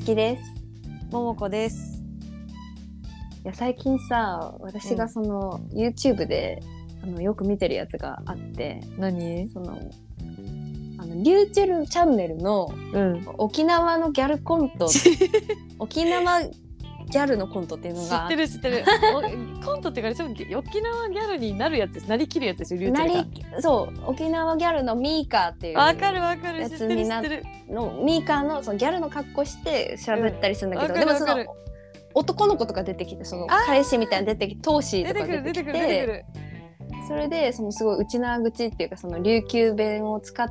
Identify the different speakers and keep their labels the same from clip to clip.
Speaker 1: つきです。
Speaker 2: ももこです。
Speaker 1: いや最近さ、私がその、YouTube でよく見てるやつがあって、
Speaker 2: 何？
Speaker 1: そのリューチェルチャンネルの沖縄のギャルコント沖縄ギャルのコントっていうのが
Speaker 2: 知ってるコントっていうか沖縄ギャルになるやつです。なりきるやつですよ。リューチェルが
Speaker 1: そう沖縄ギャルのミーカーっていう
Speaker 2: わかる
Speaker 1: やつになるのミーカーのそのギャルの格好して喋ったりするんだけど、でもその男の子とか出てきて、その彼氏みたいな出てきて、トーシーとか出てきて、それでそのすごい内縄口っていうかその琉球弁を使って、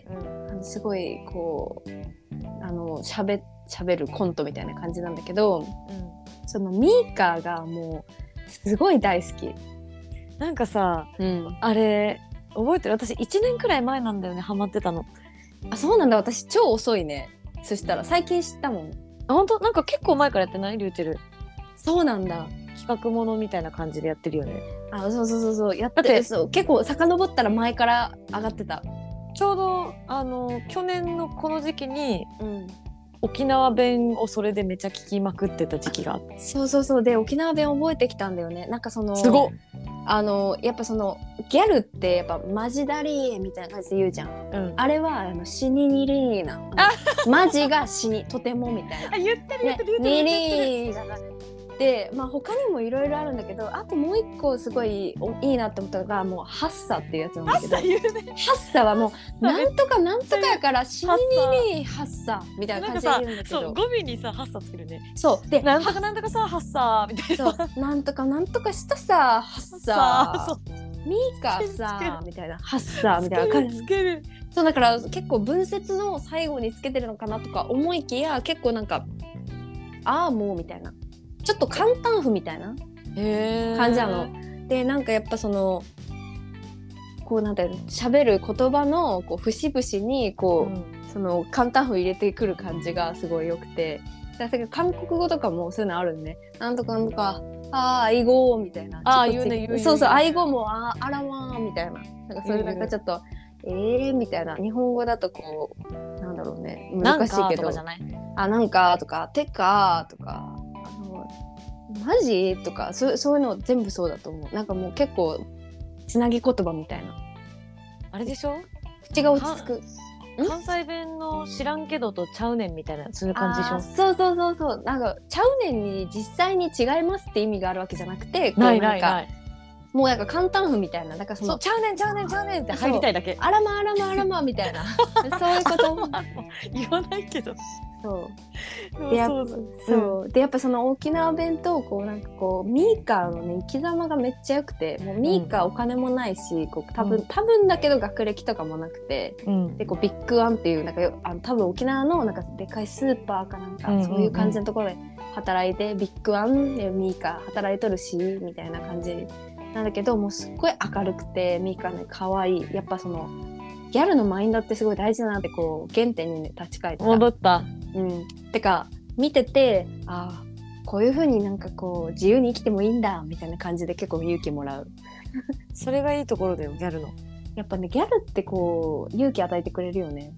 Speaker 1: すごいこう喋るコントみたいな感じなんだけど、そのミーカーがもうすごい大好き。
Speaker 2: なんかさ、あれ覚えてる？私1年くらい前なんだよね、ハマってたの。
Speaker 1: あ、そうなんだ。私超遅いね。そしたら最近知ったもん。
Speaker 2: あ、本当？なんか結構前からやってない？リューチェル。
Speaker 1: そうなんだ。
Speaker 2: 企画ものみたいな感じでやってるよね。
Speaker 1: あ、そうやってて、そう結構遡ったら前から上がってた。
Speaker 2: ちょうど去年のこの時期に、沖縄弁をそれでめちゃ聞きまくってた時期があった。
Speaker 1: そうで沖縄弁覚えてきたんだよね。なんかその
Speaker 2: すごっ。
Speaker 1: やっぱそのギャルってやっぱマジダリーみたいな感じで言うじゃん。あれは死ににりーな。マジが死にとてもみたいな。
Speaker 2: 言ってる、
Speaker 1: ね、にりーだな。で、まあ他にもいろいろあるんだけど、あともう一個すごいいいなって思ったのがもうハッサっていうやつなんだけど、ハッサはもうなんとかなんとかやから死ににりーハッサみたいな感じで言うんだけど、
Speaker 2: そう語尾にさハッサつけるね。
Speaker 1: そうで
Speaker 2: なんとかなんとかさハッサみたいな。
Speaker 1: そうなんとかなんとかしたさハッサミーカーさみたいなハッサみたいな感じつける。そうだから結構文節の最後につけてるのかなとか思いきや、結構なんかもうみたいな、ちょっと簡単譜みたいな感じなの。でなんかやっぱそのこうなんていうの、喋る言葉のこう節々にこう、その簡単譜入れてくる感じがすごい良くて、だから韓国語とかもそういうのあるんね。なんとかなんとか愛語みたいな。
Speaker 2: 言うね。
Speaker 1: そう愛語もあらまみたいな。なんかそれなんかちょっとみたいな。日本語だとこうなんだろうね、難しいけど、なんかとかてかとかマジとかそういうの全部そうだと思う。なんかもう結構つなぎ言葉みたいな。
Speaker 2: あれでしょ？
Speaker 1: 口が落ち着く。
Speaker 2: 関西弁の知らんけどとちゃうねんみたいな、そういう感じでしょ？
Speaker 1: そうなんかちゃうねんに実際に違いますって意味があるわけじゃなくて、
Speaker 2: ない
Speaker 1: もうなんか簡単譜みたいな、なんかその
Speaker 2: ちゃうねんって入りたいだけ。
Speaker 1: あらまみたいなそういうこと
Speaker 2: 言わないけど。
Speaker 1: でやっぱその沖縄弁とこうなんかこうミーカーのね生き様がめっちゃ良くて、もうミーカーお金もないし、こう多分だけど学歴とかもなくて、でこうビッグワンっていうなんか多分沖縄のなんかでかいスーパーかなんか、そういう感じのところで働いて、ビッグワンでミーカー働いとるしみたいな感じなんだけど、もうすっごい明るくてミーカーね可愛い。やっぱそのギャルのマインドってすごい大事だなってこう原点に、ね、立ち返った。
Speaker 2: 戻った。
Speaker 1: てか見ててこういう風になんかこう自由に生きてもいいんだみたいな感じで結構勇気もらう。
Speaker 2: それがいいところだよ、ギャルの。
Speaker 1: やっぱねギャルってこう勇気与えてくれるよね。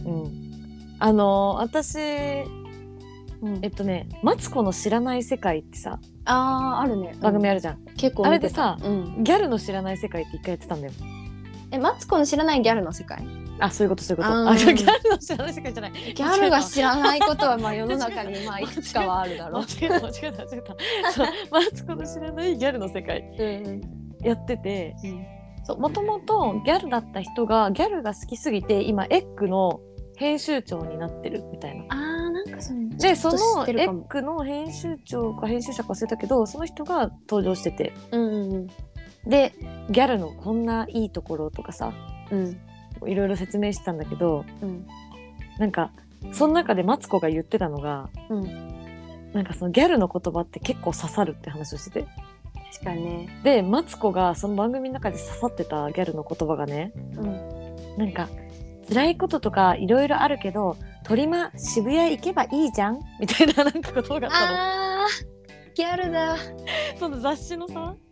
Speaker 2: 私マツコの知らない世界ってさ
Speaker 1: あるね、
Speaker 2: 番組あるじゃん。
Speaker 1: 結構
Speaker 2: あれでさ、ギャルの知らない世界って一回やってたんだよ。
Speaker 1: マツコの知らないギャルの世界。
Speaker 2: そういうこと。ギャルの知らない世界じゃない。ギ
Speaker 1: ャルが知らないことはまあ世の中にまあいくつかはあるだろう。
Speaker 2: 間違えた。そうマツコの知らないギャルの世界やってて、もともとギャルだった人がギャルが好きすぎて今エッグの編集長になってるみたいな。
Speaker 1: なんかそう
Speaker 2: でそのエッグの編集長か編集者か忘れたけど、その人が登場してて、でギャルのこんないいところとかさ、いろいろ説明してたんだけど、なんかその中でマツコが言ってたのが、なんかそのギャルの言葉って結構刺さるって話をしてて。
Speaker 1: 確かにね。
Speaker 2: でマツコがその番組の中で刺さってたギャルの言葉がね、なんか辛いこととかいろいろあるけどトリマ渋谷行けばいいじゃんみたいななんか言葉があったの。
Speaker 1: ギャルだ。
Speaker 2: その雑誌のさ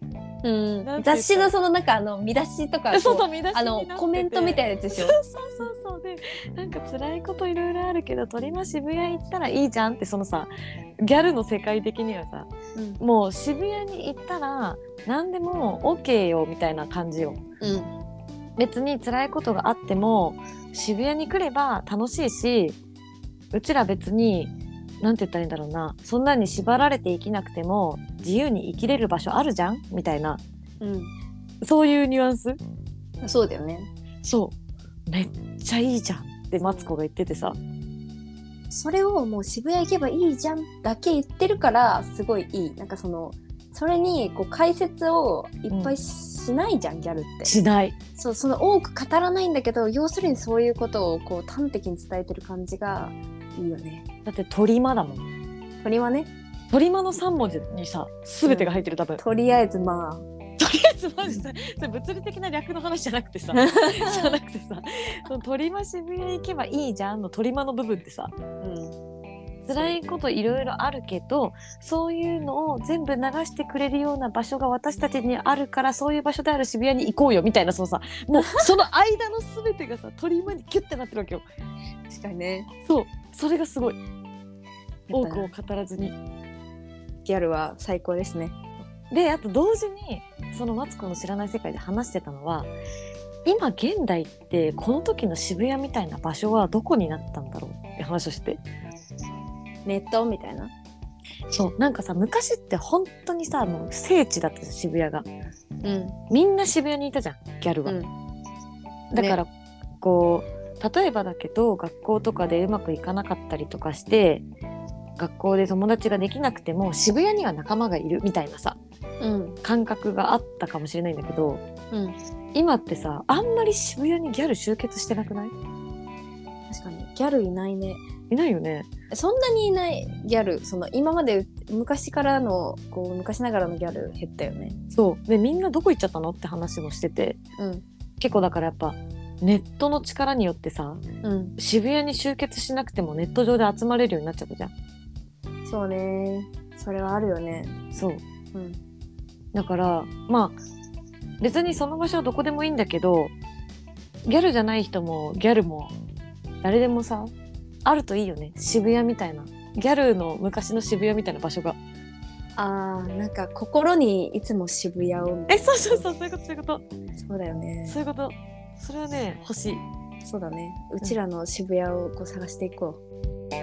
Speaker 1: 雑誌のそのなんか見出しとか
Speaker 2: そう見出しになってて
Speaker 1: コメントみたいなやつでしょ。
Speaker 2: そうでなんか辛いこといろいろあるけどトリマ渋谷行ったらいいじゃんってそのさギャルの世界的にはさ、もう渋谷に行ったら何でも OK よみたいな感じよ、別に辛いことがあっても渋谷に来れば楽しいし、うちら別になんて言ったらいいんだろうな、そんなに縛られて生きなくても自由に生きれる場所あるじゃんみたいな、そういうニュアンス。
Speaker 1: そうだよね。
Speaker 2: そうめっちゃいいじゃんってマツコが言っててさ、
Speaker 1: それをもう渋谷行けばいいじゃんだけ言ってるからすごいいい。なんかそれにこう解説をいっぱいしないじゃん、ギャルって。
Speaker 2: しない。
Speaker 1: そうその多く語らないんだけど、要するにそういうことをこう端的に伝えてる感じがいいよね。
Speaker 2: だってトリマだもん。
Speaker 1: トリマね。
Speaker 2: トリマの3文字にさ全てが入ってる、多分。
Speaker 1: とりあえずまあ。
Speaker 2: とりあえずマジでそれ物理的な略の話じゃなくてさそのトリマ渋谷行けばいいじゃんのトリマの部分ってさ、辛いこといろいろあるけどそういうのを全部流してくれるような場所が私たちにあるから、そういう場所である渋谷に行こうよみたいな、そのさもうその間の全てがさトリマにキュッてなってるわけよ。
Speaker 1: 確かにね。
Speaker 2: そうそれがすごい。多くを語らずに
Speaker 1: ギャルは最高ですね。
Speaker 2: であと同時にそのマツコの知らない世界で話してたのは、今現代ってこの時の渋谷みたいな場所はどこになったんだろうって話をしてて、
Speaker 1: ネットみたいな。
Speaker 2: そうなんかさ昔って本当にさもう聖地だったじゃん渋谷が、みんな渋谷にいたじゃんギャルは、だから、こう例えばだけど学校とかでうまくいかなかったりとかして学校で友達ができなくても渋谷には仲間がいるみたいなさ、感覚があったかもしれないんだけど、今ってさあんまり渋谷にギャル集結してなくない？
Speaker 1: 確かにギャルいないね。
Speaker 2: いないよね。
Speaker 1: そんなにいないギャル、今まで昔からのこう昔ながらのギャル減ったよね。
Speaker 2: そうでみんなどこ行っちゃったのって話もしてて、結構だからやっぱネットの力によってさ、渋谷に集結しなくてもネット上で集まれるようになっちゃったじゃん。
Speaker 1: そうね、それはあるよね。
Speaker 2: そう、だからまあ別にその場所はどこでもいいんだけど、ギャルじゃない人もギャルも誰でもさあるといいよね、渋谷みたいな、ギャルの昔の渋谷みたいな場所が。
Speaker 1: なんか心にいつも渋谷を。
Speaker 2: そうそういうことそういうこと。
Speaker 1: そうだよね。
Speaker 2: そういうこと。それはね欲しい。
Speaker 1: そうだね。うちらの渋谷をこう探していこう。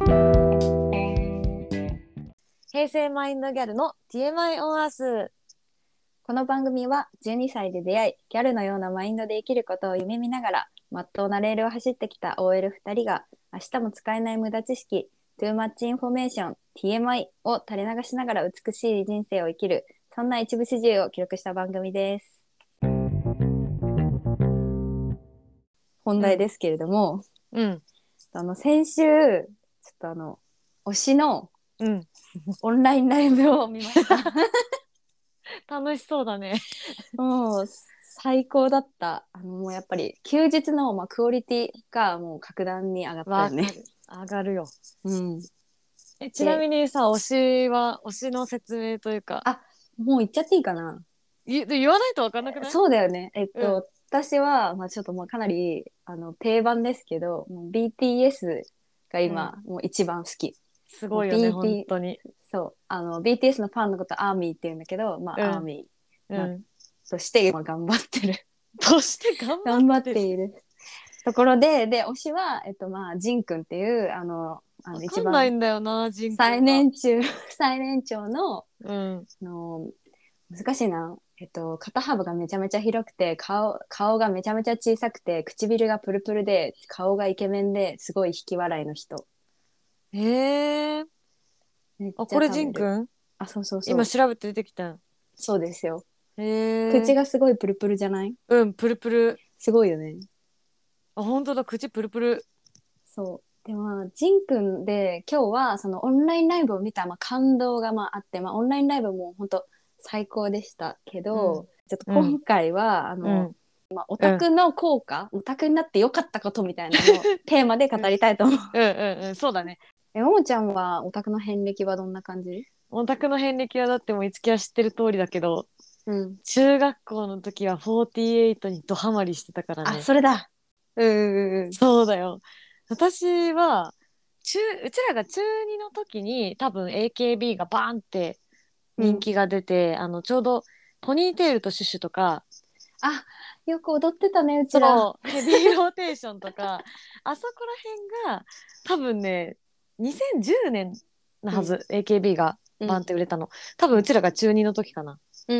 Speaker 2: 平成マインドギャルの TMI オンアース。
Speaker 1: この番組は12歳で出会いギャルのようなマインドで生きることを夢見ながらまっとうなレールを走ってきた OL2 人が明日も使えない無駄知識 Too Much Information TMI を垂れ流しながら美しい人生を生きる、そんな一部始終を記録した番組です。本題ですけれども、先週ちょっと推しのオンラインライブを見ました
Speaker 2: 楽しそうだね。
Speaker 1: もう最高だった。もうやっぱり休日の、クオリティがもう格段に上がったよね。
Speaker 2: 上がるよ。ち
Speaker 1: ち
Speaker 2: なみにさ推しの説明というか。
Speaker 1: もう言っちゃっていいかな。
Speaker 2: 言わないと分かんなくない？
Speaker 1: そうだよね。私は、ちょっとかなり定番ですけど、もう BTS が今、もう一番好き。
Speaker 2: すごいよね、本当に。
Speaker 1: そう。BTS のファンのことアーミーって言うんだけど、アーミー、として今頑張ってる。
Speaker 2: として
Speaker 1: 頑張っているところで、推しは、ジンくんっていう、
Speaker 2: 一番ないんだよな、ジンくん
Speaker 1: 最年長の、難しいな。肩幅がめちゃめちゃ広くて顔がめちゃめちゃ小さくて唇がプルプルで顔がイケメンですごい引き笑いの人。
Speaker 2: へえ。これジンくん？
Speaker 1: そう
Speaker 2: 今調べて出てきた。
Speaker 1: そうですよ。
Speaker 2: へえ。
Speaker 1: 口がすごいプルプルじゃない？
Speaker 2: プルプル。
Speaker 1: すごいよね。
Speaker 2: 本当だ、口プルプル。
Speaker 1: そうでジンくんで今日はそのオンラインライブを見た、感動があって、オンラインライブも本当最高でしたけど、ちょっと今回は、オタクの効果、オタクになってよかったことみたいなのをテーマで語りたいと思う。
Speaker 2: そうだね。
Speaker 1: ももちゃんはオタクの遍歴はどんな感じ？
Speaker 2: オタクの遍歴はだってもういつきは知ってる通りだけど、
Speaker 1: うん、
Speaker 2: 中学校の時は48にドハマりしてたからね。
Speaker 1: あ、それだ。うん。
Speaker 2: そうだよ。私はうちらが中2の時に多分 AKB がバーンって人気が出て、ちょうどポニーテールとシュシュとか、
Speaker 1: あ、よく踊ってたね、うちら。
Speaker 2: そうヘビーローテーションとかあそこら辺が多分ね2010年なはず、AKB がバンって売れたの、多分うちらが中2の時かな。
Speaker 1: うん。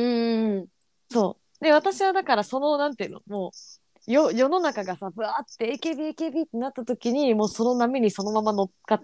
Speaker 2: そうで私はだからそのなんていうのもう世の中がさブワーって AKB ってなった時にもうその波にそのまま乗っかって、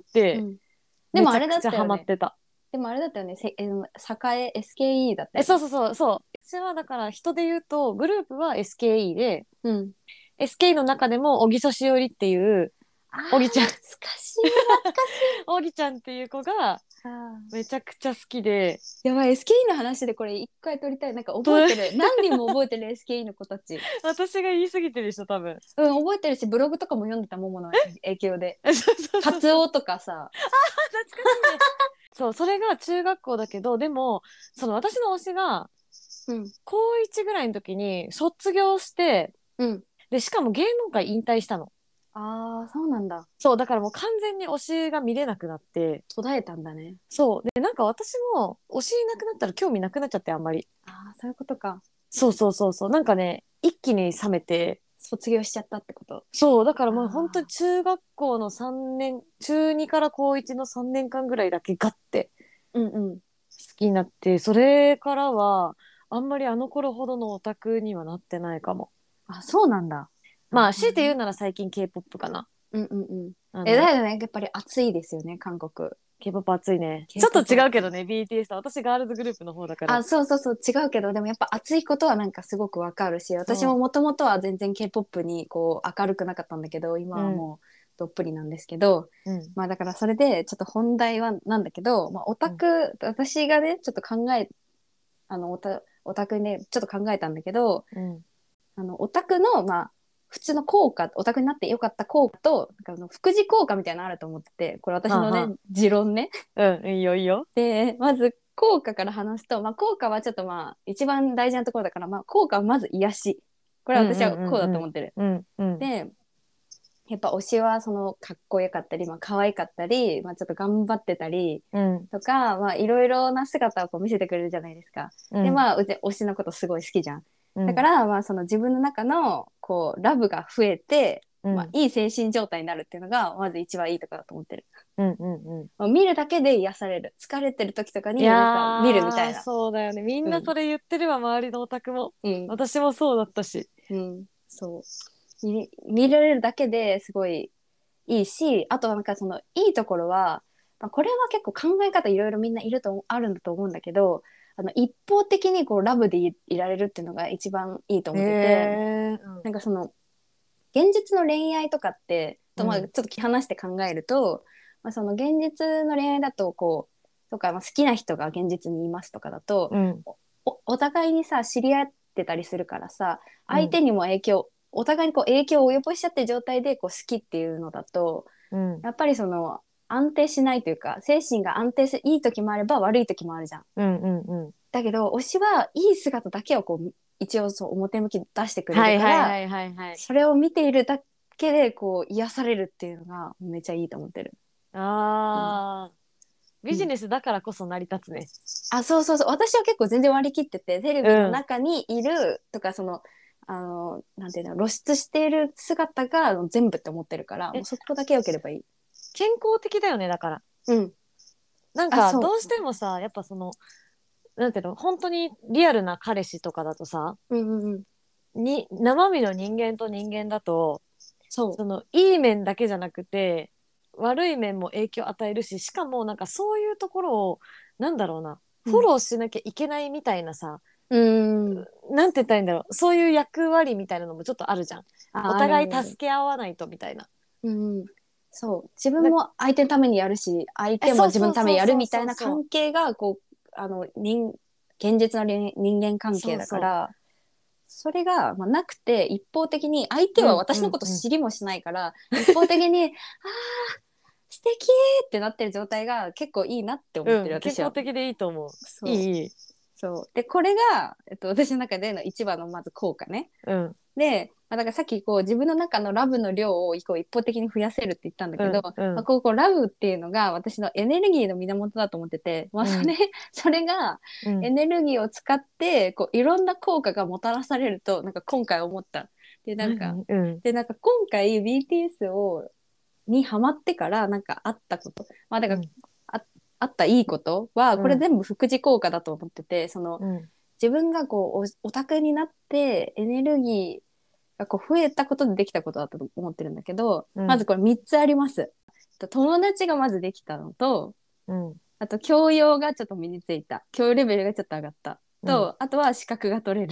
Speaker 1: でもあ
Speaker 2: めちゃくちゃハ
Speaker 1: れだったよね。
Speaker 2: マってた。
Speaker 1: でもあれだったよね。栄 SKE だったよね。
Speaker 2: そうそうそうそう。私はだから人で言うとグループは SKE で、
Speaker 1: うん。
Speaker 2: SKE の中でも小木曽しおりっていう
Speaker 1: ああ、
Speaker 2: 小木ちゃん
Speaker 1: 懐かしい、懐かしい。
Speaker 2: 小木ちゃんっていう子がめちゃくちゃ好きで。
Speaker 1: やばい、SKE の話でこれ一回撮りたい。なんか覚えてる。何人も覚えてる SKE の子たち。
Speaker 2: 私が言い過ぎてる人多分。
Speaker 1: うん、覚えてるし、ブログとかも読んでた、ももの影響で。
Speaker 2: そうそうそう
Speaker 1: カツオとかさ。
Speaker 2: 懐かしいね。そうそれが中学校だけど、でもその私の推しが
Speaker 1: うん。
Speaker 2: 高1ぐらいの時に卒業して、
Speaker 1: うん。
Speaker 2: でしかも芸能界引退したの。
Speaker 1: ああ、そうなんだ。
Speaker 2: そうだからもう完全に推しが見れなくなって。
Speaker 1: 途絶えたんだね。
Speaker 2: そうでなんか私も推しいなくなったら興味なくなっちゃって、あんまり。
Speaker 1: ああ、そういうことか。
Speaker 2: そうそうそうそう、なんかね一気に冷めて。
Speaker 1: 卒業しちゃったってこと。
Speaker 2: そうだからもう
Speaker 1: あ
Speaker 2: 本当に中学校の3年中2から高1の3年間ぐらいだけガッて
Speaker 1: うんうん。
Speaker 2: 好きになって、それからはあんまりあの頃ほどのオタクにはなってないかも。
Speaker 1: あ、そうなんだ。
Speaker 2: まあ強いて言うなら最近 K-POP かな。
Speaker 1: うんうんうん。
Speaker 2: あの
Speaker 1: だよね。やっぱり暑いですよね、韓国。
Speaker 2: K-POP 熱いね。ちょっ
Speaker 1: K-POP
Speaker 2: と違うけどね BTS と私ガールズグループの方だから。
Speaker 1: あ、そうそうそう、違うけど、でもやっぱ暑いことはなんかすごくわかるし、私
Speaker 2: そう
Speaker 1: ももともとは全然 K-POP にこう明るくなかったんだけど、今はもうどっぷりなんですけど、
Speaker 2: うん
Speaker 1: まあだからそれでちょっと本題はなんだけど、まあオタク、私がね、ちょっとオタクにね、ちょっと考えたんだけど、
Speaker 2: うん
Speaker 1: オタクの、まあ、普通の効果、オタクになってよかった効果と、なんか副次効果みたいなのあると思ってて、これ私のね、
Speaker 2: はあは
Speaker 1: 持論ね。
Speaker 2: あ、うんいいよいいよ。
Speaker 1: で、まず効果から話すと、まあ、効果はちょっとまあ、一番大事なところだから、まあ、効果はまず癒し。これは私はこうだと思ってる。
Speaker 2: うんうん
Speaker 1: で、やっぱ推しはそのかっこよかったり、まあ可愛かったり、まあちょっと頑張ってたり
Speaker 2: うん
Speaker 1: とか、まあいろいろな姿をこう見せてくれるじゃないですか。
Speaker 2: うん
Speaker 1: で、まあうち推しのことすごい好きじゃん。
Speaker 2: うん
Speaker 1: だから、まあその自分の中のこうラブが増えて、
Speaker 2: うん
Speaker 1: まあいい精神状態になるっていうのがまず一番いいところだと思ってる。
Speaker 2: うんうん
Speaker 1: まあ見るだけで癒される。疲れてる時とかに
Speaker 2: いや
Speaker 1: なんか見るみたい
Speaker 2: ー
Speaker 1: な。
Speaker 2: そうだよね、みんなそれ言ってるわ、周りのオタクも。
Speaker 1: うん。
Speaker 2: 私もそうだったし。
Speaker 1: うん。そう。見られるだけですごいいいし、あとはなんかそのいいところは、まあ、これは結構考え方いろいろみんないるとあるんだと思うんだけど、一方的にこうラブでいられるっていうのが一番いいと思ってて、なんかその現実の恋愛とかってまあちょっと話して考えると、まあ、その現実の恋愛だとこうとか、まあ、好きな人が現実にいますとかだと、お互いにさ知り合ってたりするからさ、相手にもお互いにこう影響を及ぼしちゃってる状態でこう好きっていうのだと、やっぱりその安定しないというか、精神が安定していい時もあれば悪い時もあるじゃん。だけど推しはいい姿だけをこう一応そう表向き出してくれるから、それを見ているだけでこう癒されるっていうのがめっちゃいいと思ってる。
Speaker 2: ビジネスだからこそ成り立つね。
Speaker 1: あ、そうそうそう。私は結構全然割り切ってて、テレビの中にいるとか、そのなんていうの、露出している姿が全部って思ってるから、もうそこだけ良ければいい。
Speaker 2: 健康的だよね、だから。なんかどうしてもさ、やっぱそのなんていうの、本当にリアルな彼氏とかだとさ、生身の人間と人間だと、そのいい面だけじゃなくて悪い面も影響を与えるし、しかもなんかそういうところをなんだろうな、フォローしなきゃいけないみたいなさ、なんて言ったらいいんだろう、そういう役割みたいなのもちょっとあるじゃん。お互い助け合わないとみたいな。
Speaker 1: そう自分も相手のためにやるし、相手も自分のためにやるみたいな関係がこう現実の人間関係だから、それが、まあ、なくて一方的に相手は私のこと知りもしないから、一方的にあー素敵ってなってる状態が結構いいなって思ってる、私は。
Speaker 2: 健康的でいいと思う。
Speaker 1: そう
Speaker 2: いい
Speaker 1: そうでこれが、私の中での一番のまず効果ね。
Speaker 2: うん。
Speaker 1: で、まあ、だからさっきこう自分の中のラブの量をこう一方的に増やせるって言ったんだけど、
Speaker 2: うん
Speaker 1: まあ、こうラブっていうのが私のエネルギーの源だと思ってて、まあ、それがエネルギーを使ってこういろんな効果がもたらされるとなんか今回思った。でなんか、今回 BTS にハマってからなんかあったこと、まあだから、あったいいことはこれ全部副次効果だと思ってて、その、自分がこうオタクになってエネルギーがこう増えたことでできたことだと思ってるんだけど、まずこれ3つあります。友達がまずできたのと、あと教養がちょっと身についた、教養レベルがちょっと上がったと、あとは資格が取れる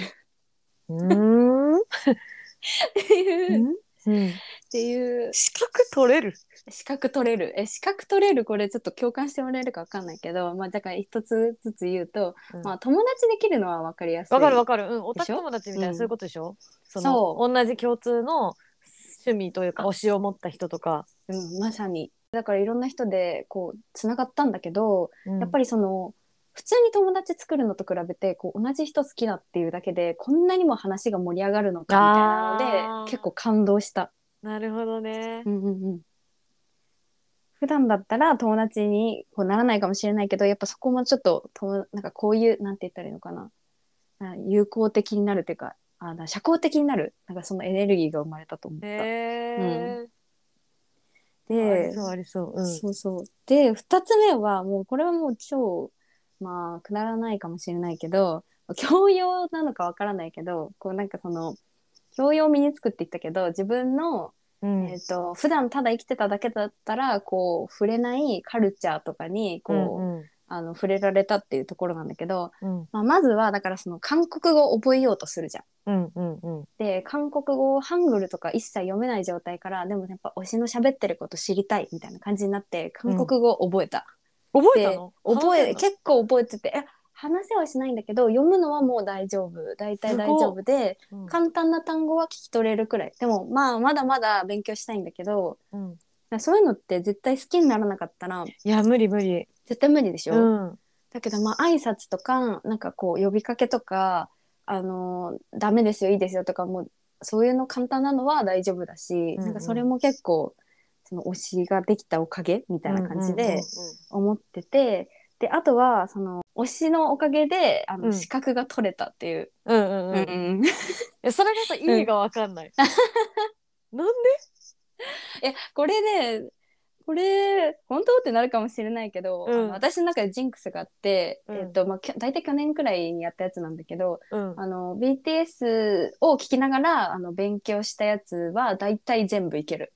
Speaker 1: っていうっていう
Speaker 2: 資格取れる
Speaker 1: 資格取れる資格取れる、これちょっと共感してもらえるか分かんないけど、まあ、だから一つずつ言うと、まあ、友達できるのは分かりやすい。
Speaker 2: わかるわかる。オタク友達みたいな、そういうことでしょ。そう同じ共通の趣味というか推しを持った人とか。
Speaker 1: まさに。だからいろんな人でこうつながったんだけど、やっぱりその普通に友達作るのと比べてこう同じ人好きだっていうだけでこんなにも話が盛り上がるのかみたいなので結構感動した。
Speaker 2: なるほどね。
Speaker 1: 普段だったら友達にこうならないかもしれないけど、やっぱそこもちょっとなんかこういうなんて言ったらいいのかな、友好的になるっていうか、社交的になる、なんかそのエネルギーが生まれたと思った。で、
Speaker 2: ありそうありそう。
Speaker 1: そうそう。で、2つ目はもうこれはもう超まあくだらないかもしれないけど、教養なのかわからないけど、こうなんかその教養を身につくって言ったけど、自分の普段ただ生きてただけだったらこう触れないカルチャーとかにこう、触れられたっていうところなんだけど、まあ、まずはだからその韓国語を覚えようとするじゃん。で韓国語ハングルとか一切読めない状態から、でもやっぱ推しの喋ってること知りたいみたいな感じになって韓国語を覚えた。
Speaker 2: 覚えたの？
Speaker 1: 結構覚えてて、話せはしないんだけど読むのはもう大丈夫、大体大丈夫で、簡単な単語は聞き取れるくらい。でもまあまだまだ勉強したいんだけど、そういうのって絶対好きにならなかったら、
Speaker 2: いや無理無理、
Speaker 1: 絶対無理でしょ。だけどまあ挨拶とかなんかこう呼びかけとかダメですよいいですよとかもそういうの簡単なのは大丈夫だし、なんかそれも結構その推しができたおかげみたいな感じで思ってて、であとはその推しのおかげで資格が取れたっていう。
Speaker 2: それがさ意味が分かんない、なん
Speaker 1: でこれね、これ本当ってなるかもしれないけど、私の中でジンクスがあって、まあ、大体去年くらいにやったやつなんだけど、BTS を聞きながら勉強したやつは大体全部いける。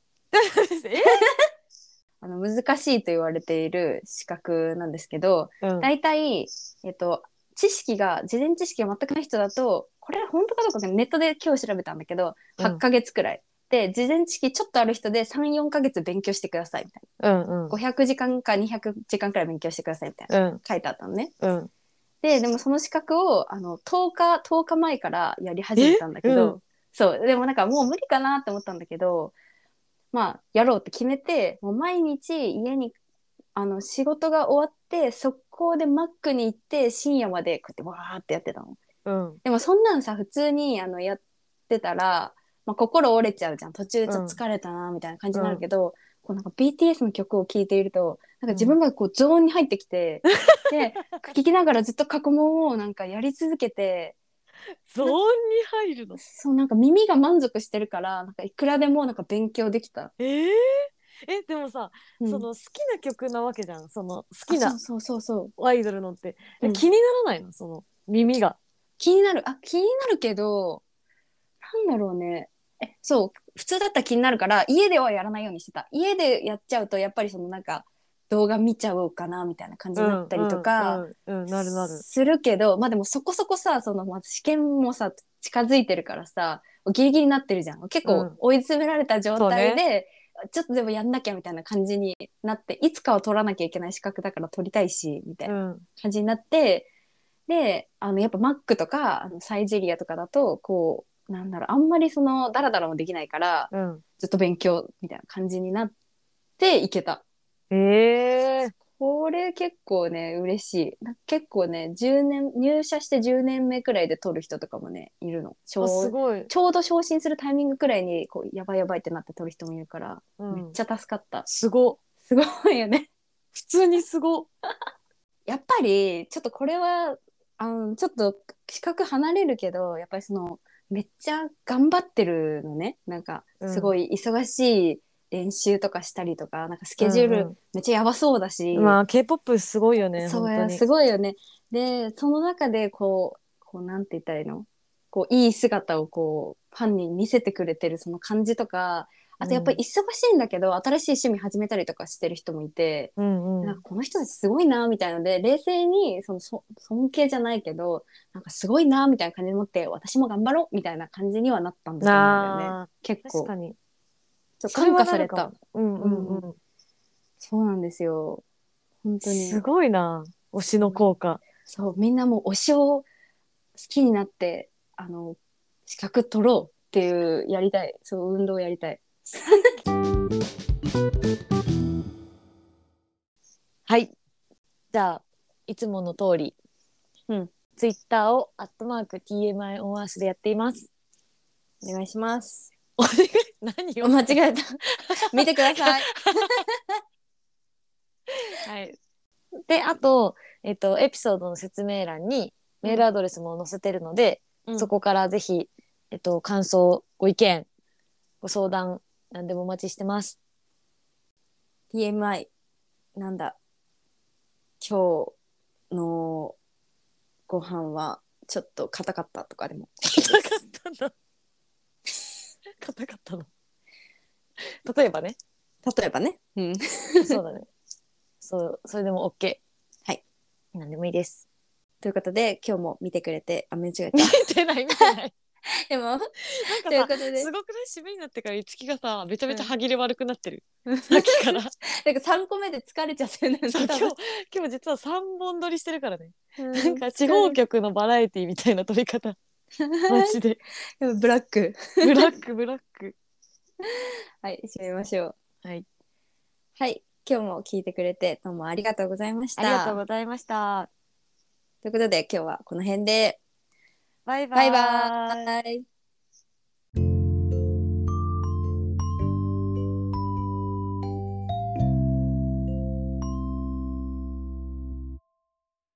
Speaker 1: 難しいと言われている資格なんですけど、大体、事前知識が全くない人だと、これ本当かどうかネットで今日調べたんだけど、8ヶ月くらい。で、事前知識ちょっとある人で3、4ヶ月勉強してくださいみたいな。500時間か200時間くらい勉強してくださいみたいな、書いてあったのね。でもその資格を10日前からやり始めたんだけど、そう、でもなんかもう無理かなって思ったんだけど、まあ、やろうって決めて、もう毎日家に仕事が終わって速攻でマックに行って深夜までこうやってわーってやってたの。でもそんなんさ普通にやってたら、まあ、心折れちゃうじゃん。途中ちょっと疲れたなみたいな感じになるけど、こうなんか BTS の曲を聴いているとなんか自分がこうゾーンに入ってきて、で聴きながらずっと過去問をなんかやり続けて。
Speaker 2: ゾーンに入るの？
Speaker 1: そう、なんか耳が満足してるからなんかいくらでもなんか勉強できた。
Speaker 2: でもさ、その好きな曲なわけじゃん、その好きなアイドルのって、気にならないの？その耳が
Speaker 1: 気になるけど、なんだろうね。そう普通だったら気になるから家ではやらないようにしてた。家でやっちゃうとやっぱりそのなんか動画見ちゃおうかなみたいな感じになったりとかするけど、まあでもそこそこさ、そのまず試験もさ近づいてるからさギリギリになってるじゃん。結構追い詰められた状態で、ちょっとでもやんなきゃみたいな感じになって、いつかは取らなきゃいけない資格だから取りたいしみたいな感じになって、でやっぱマックとかサイゼリアとかだとこうなんだろう、あんまりそのダラダラもできないから、ずっと勉強みたいな感じになっていけた。 これ結構ね嬉しい。結構ね10年入社して10年目くらいで取る人とかもねいるの。
Speaker 2: あ、すごい。
Speaker 1: ちょうど昇進するタイミングくらいにこうやばいやばいってなって取る人もいるから、めっちゃ助かった。
Speaker 2: すご。
Speaker 1: すごいよね。
Speaker 2: 普通にすご。
Speaker 1: やっぱりちょっとこれはちょっと資格離れるけど、やっぱりそのめっちゃ頑張ってるのね。なんかすごい忙しい練習とかしたりとか、なんかスケジュールめっちゃやばそうだし、
Speaker 2: まあ K-POP すごいよね、
Speaker 1: そうや、
Speaker 2: 本当に。
Speaker 1: すごいよね。で、その中でこうなんて言ったらいいの、こういい姿をこうファンに見せてくれてるその感じとか、あとやっぱり忙しいんだけど、新しい趣味始めたりとかしてる人もいて、なんかこの人たちすごいなみたいなので、冷静に尊敬じゃないけど、なんかすごいなみたいな感じで持って、私も頑張ろうみたいな感じにはなったんだと思うんだよね。結構。
Speaker 2: 確かに。
Speaker 1: ちょっと感化された。
Speaker 2: うん。
Speaker 1: そうなんですよ。本当に。
Speaker 2: すごいな、推しの効果。
Speaker 1: そう、みんなもう推しを好きになって、資格取ろうっていうやりたい。そう、運動をやりたい。
Speaker 2: はい。じゃあ、いつもの通り、ツイッターを@TMI オンアースでやっています。
Speaker 1: お願いします。
Speaker 2: お願い、何を
Speaker 1: 間違えた。見てください。
Speaker 2: はい。で、あと、エピソードの説明欄にメールアドレスも載せてるので、そこからぜひ、感想、ご意見、ご相談、何でもお待ちしてます。
Speaker 1: TMI、なんだ、今日のご飯はちょっと硬かったとかでも。
Speaker 2: 硬かったんだ。硬かったの。例えばね。
Speaker 1: 例えばね。うん。
Speaker 2: そうだね。そう、それでも OK。
Speaker 1: はい。
Speaker 2: 何でもいいです。
Speaker 1: ということで、今日も見てくれて、間違えた。
Speaker 2: 見てない、見てない。
Speaker 1: でも、
Speaker 2: なんか
Speaker 1: ということ
Speaker 2: さ、
Speaker 1: です
Speaker 2: ごくない締めになってから樹がさ、めちゃめちゃ歯切れ悪くなってる。
Speaker 1: さっ
Speaker 2: さっきから。
Speaker 1: なんか3個目で疲れちゃってるんだよ
Speaker 2: そう、
Speaker 1: ね、多分。
Speaker 2: 今日実は3本撮りしてるからね。
Speaker 1: うん
Speaker 2: なんか地方局のバラエティみたいな撮り方。マジで。
Speaker 1: でもブラック。
Speaker 2: ブラック、ブラック。
Speaker 1: はい、締めましょう。
Speaker 2: はい。
Speaker 1: はい、今日も聞いてくれてどうもありがとうございました。
Speaker 2: ありがとうございました。
Speaker 1: ということで今日はこの辺で。
Speaker 2: バイバ
Speaker 1: バイバ
Speaker 2: ーイ。
Speaker 1: ーイ。